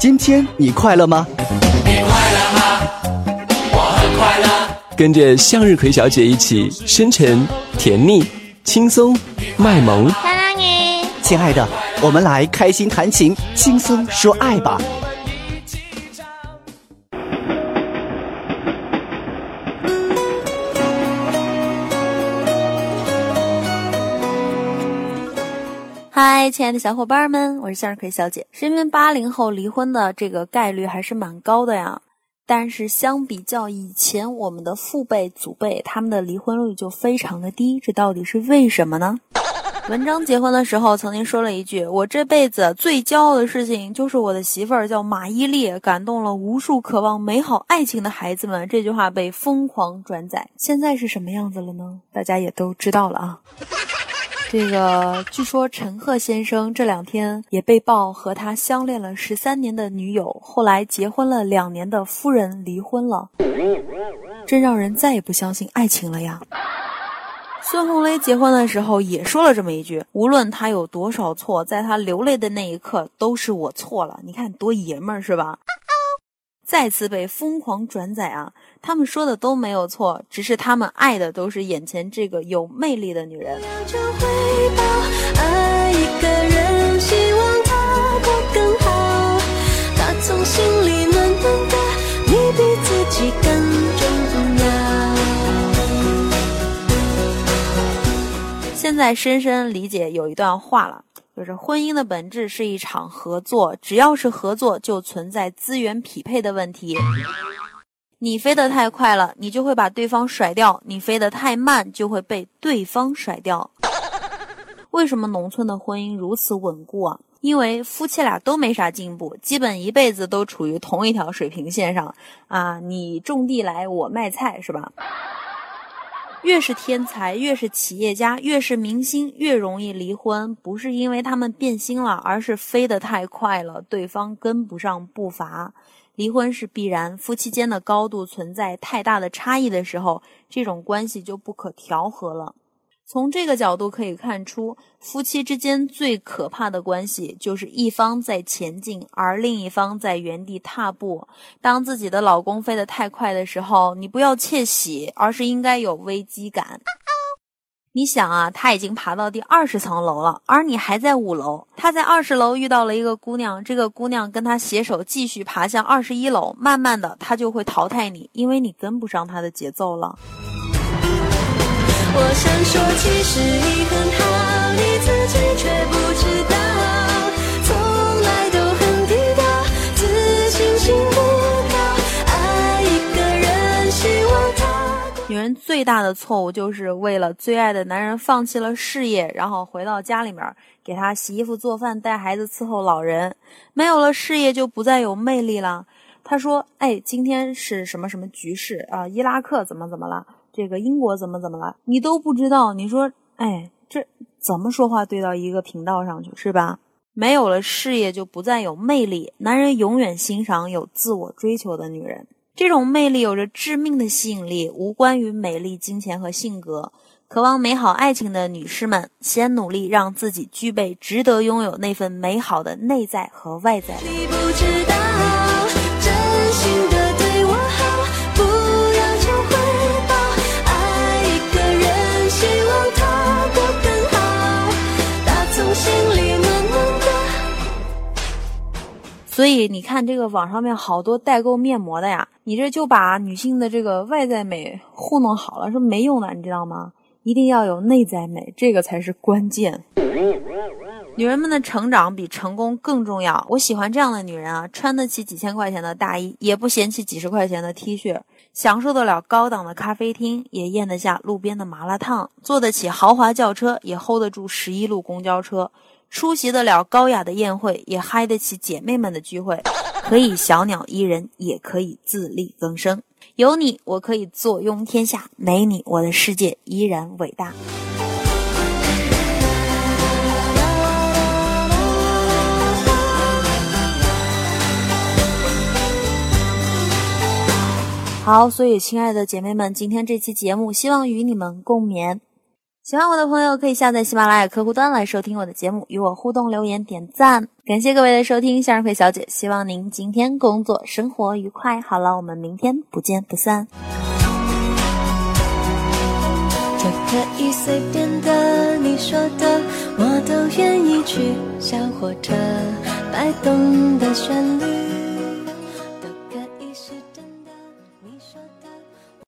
今天你快乐吗？ 你快乐吗？我很快乐。 跟着向日葵小姐一起深沉、甜蜜、轻松、卖萌。 亲爱的，我们来开心弹琴，轻松说爱吧。 嗨，亲爱的小伙伴们，我是向日葵小姐。身边80后离婚的这个概率还是蛮高的呀，但是相比较以前我们的父辈祖辈，他们的离婚率就非常的低，这到底是为什么呢？文章结婚的时候曾经说了一句，我这辈子最骄傲的事情就是我的媳妇儿叫马伊琍，感动了无数渴望美好爱情的孩子们。这句话被疯狂转载，现在是什么样子了呢？大家也都知道了啊。这个据说陈赫先生这2天也被曝和他相恋了13年的女友，后来结婚了2年的夫人离婚了，真让人再也不相信爱情了呀。孙红雷结婚的时候也说了这么一句，无论他有多少错，在他流泪的那一刻都是我错了。你看多爷们儿是吧？再次被疯狂转载啊！他们说的都没有错，只是他们爱的都是眼前这个有魅力的女人。 爱一个人，希望他过更好，打从心里暖暖的，你比自己更重要。 现在深深理解有一段话了，就是婚姻的本质是一场合作，只要是合作就存在资源匹配的问题。你飞得太快了，你就会把对方甩掉，你飞得太慢就会被对方甩掉。为什么农村的婚姻如此稳固啊？因为夫妻俩都没啥进步，基本一辈子都处于同一条水平线上啊，你种地来我卖菜是吧？越是天才，越是企业家，越是明星，越容易离婚，不是因为他们变心了，而是飞得太快了，对方跟不上步伐。离婚是必然，夫妻间的高度存在太大的差异的时候，这种关系就不可调和了。从这个角度可以看出，夫妻之间最可怕的关系就是一方在前进，而另一方在原地踏步。当自己的老公飞得太快的时候，你不要窃喜，而是应该有危机感。你想啊，他已经爬到第20层楼了，而你还在5楼。他在20楼遇到了一个姑娘，这个姑娘跟他携手继续爬向21楼，慢慢的他就会淘汰你，因为你跟不上他的节奏了。 我想说其实你很好，你自己却不知道，从来都很低调，自信心不高，爱一个人，希望他。 女人最大的错误就是为了最爱的男人放弃了事业，然后回到家里面给他洗衣服做饭带孩子伺候老人，没有了事业就不再有魅力了。他说今天是什么什么局势啊，伊拉克怎么了，这个英国怎么了，你都不知道，你说这怎么说话对到一个频道上去是吧？没有了事业就不再有魅力，男人永远欣赏有自我追求的女人，这种魅力有着致命的吸引力，无关于美丽、金钱和性格。渴望美好爱情的女士们，先努力让自己具备值得拥有那份美好的内在和外在。 你不知道，真心的对我好，不要求回报，爱一个人，希望他过更好，打从心里暖暖的。 所以你看这个网上面好多代购面膜的呀，你这就把女性的这个外在美糊弄好了，是没用的，你知道吗？一定要有内在美，这个才是关键。女人们的成长比成功更重要。我喜欢这样的女人啊，穿得起几千块钱的大衣，也不嫌弃几十块钱的 T 恤，享受得了高档的咖啡厅，也咽得下路边的麻辣烫，坐得起豪华轿车，也 hold 得住11路公交车，出席得了高雅的宴会，也嗨得起姐妹们的聚会，可以小鸟依人，也可以自力更生。有你，我可以坐拥天下；没你，我的世界依然伟大。好，所以亲爱的姐妹们，今天这期节目希望与你们共勉。 喜欢我的朋友可以下载喜马拉雅客户端来收听我的节目，与我互动留言点赞。感谢各位的收听，向日葵小姐希望您今天工作生活愉快。好了，我们明天不见不散。 这可以随便的，你说的我都愿意去。小火车摆动的旋律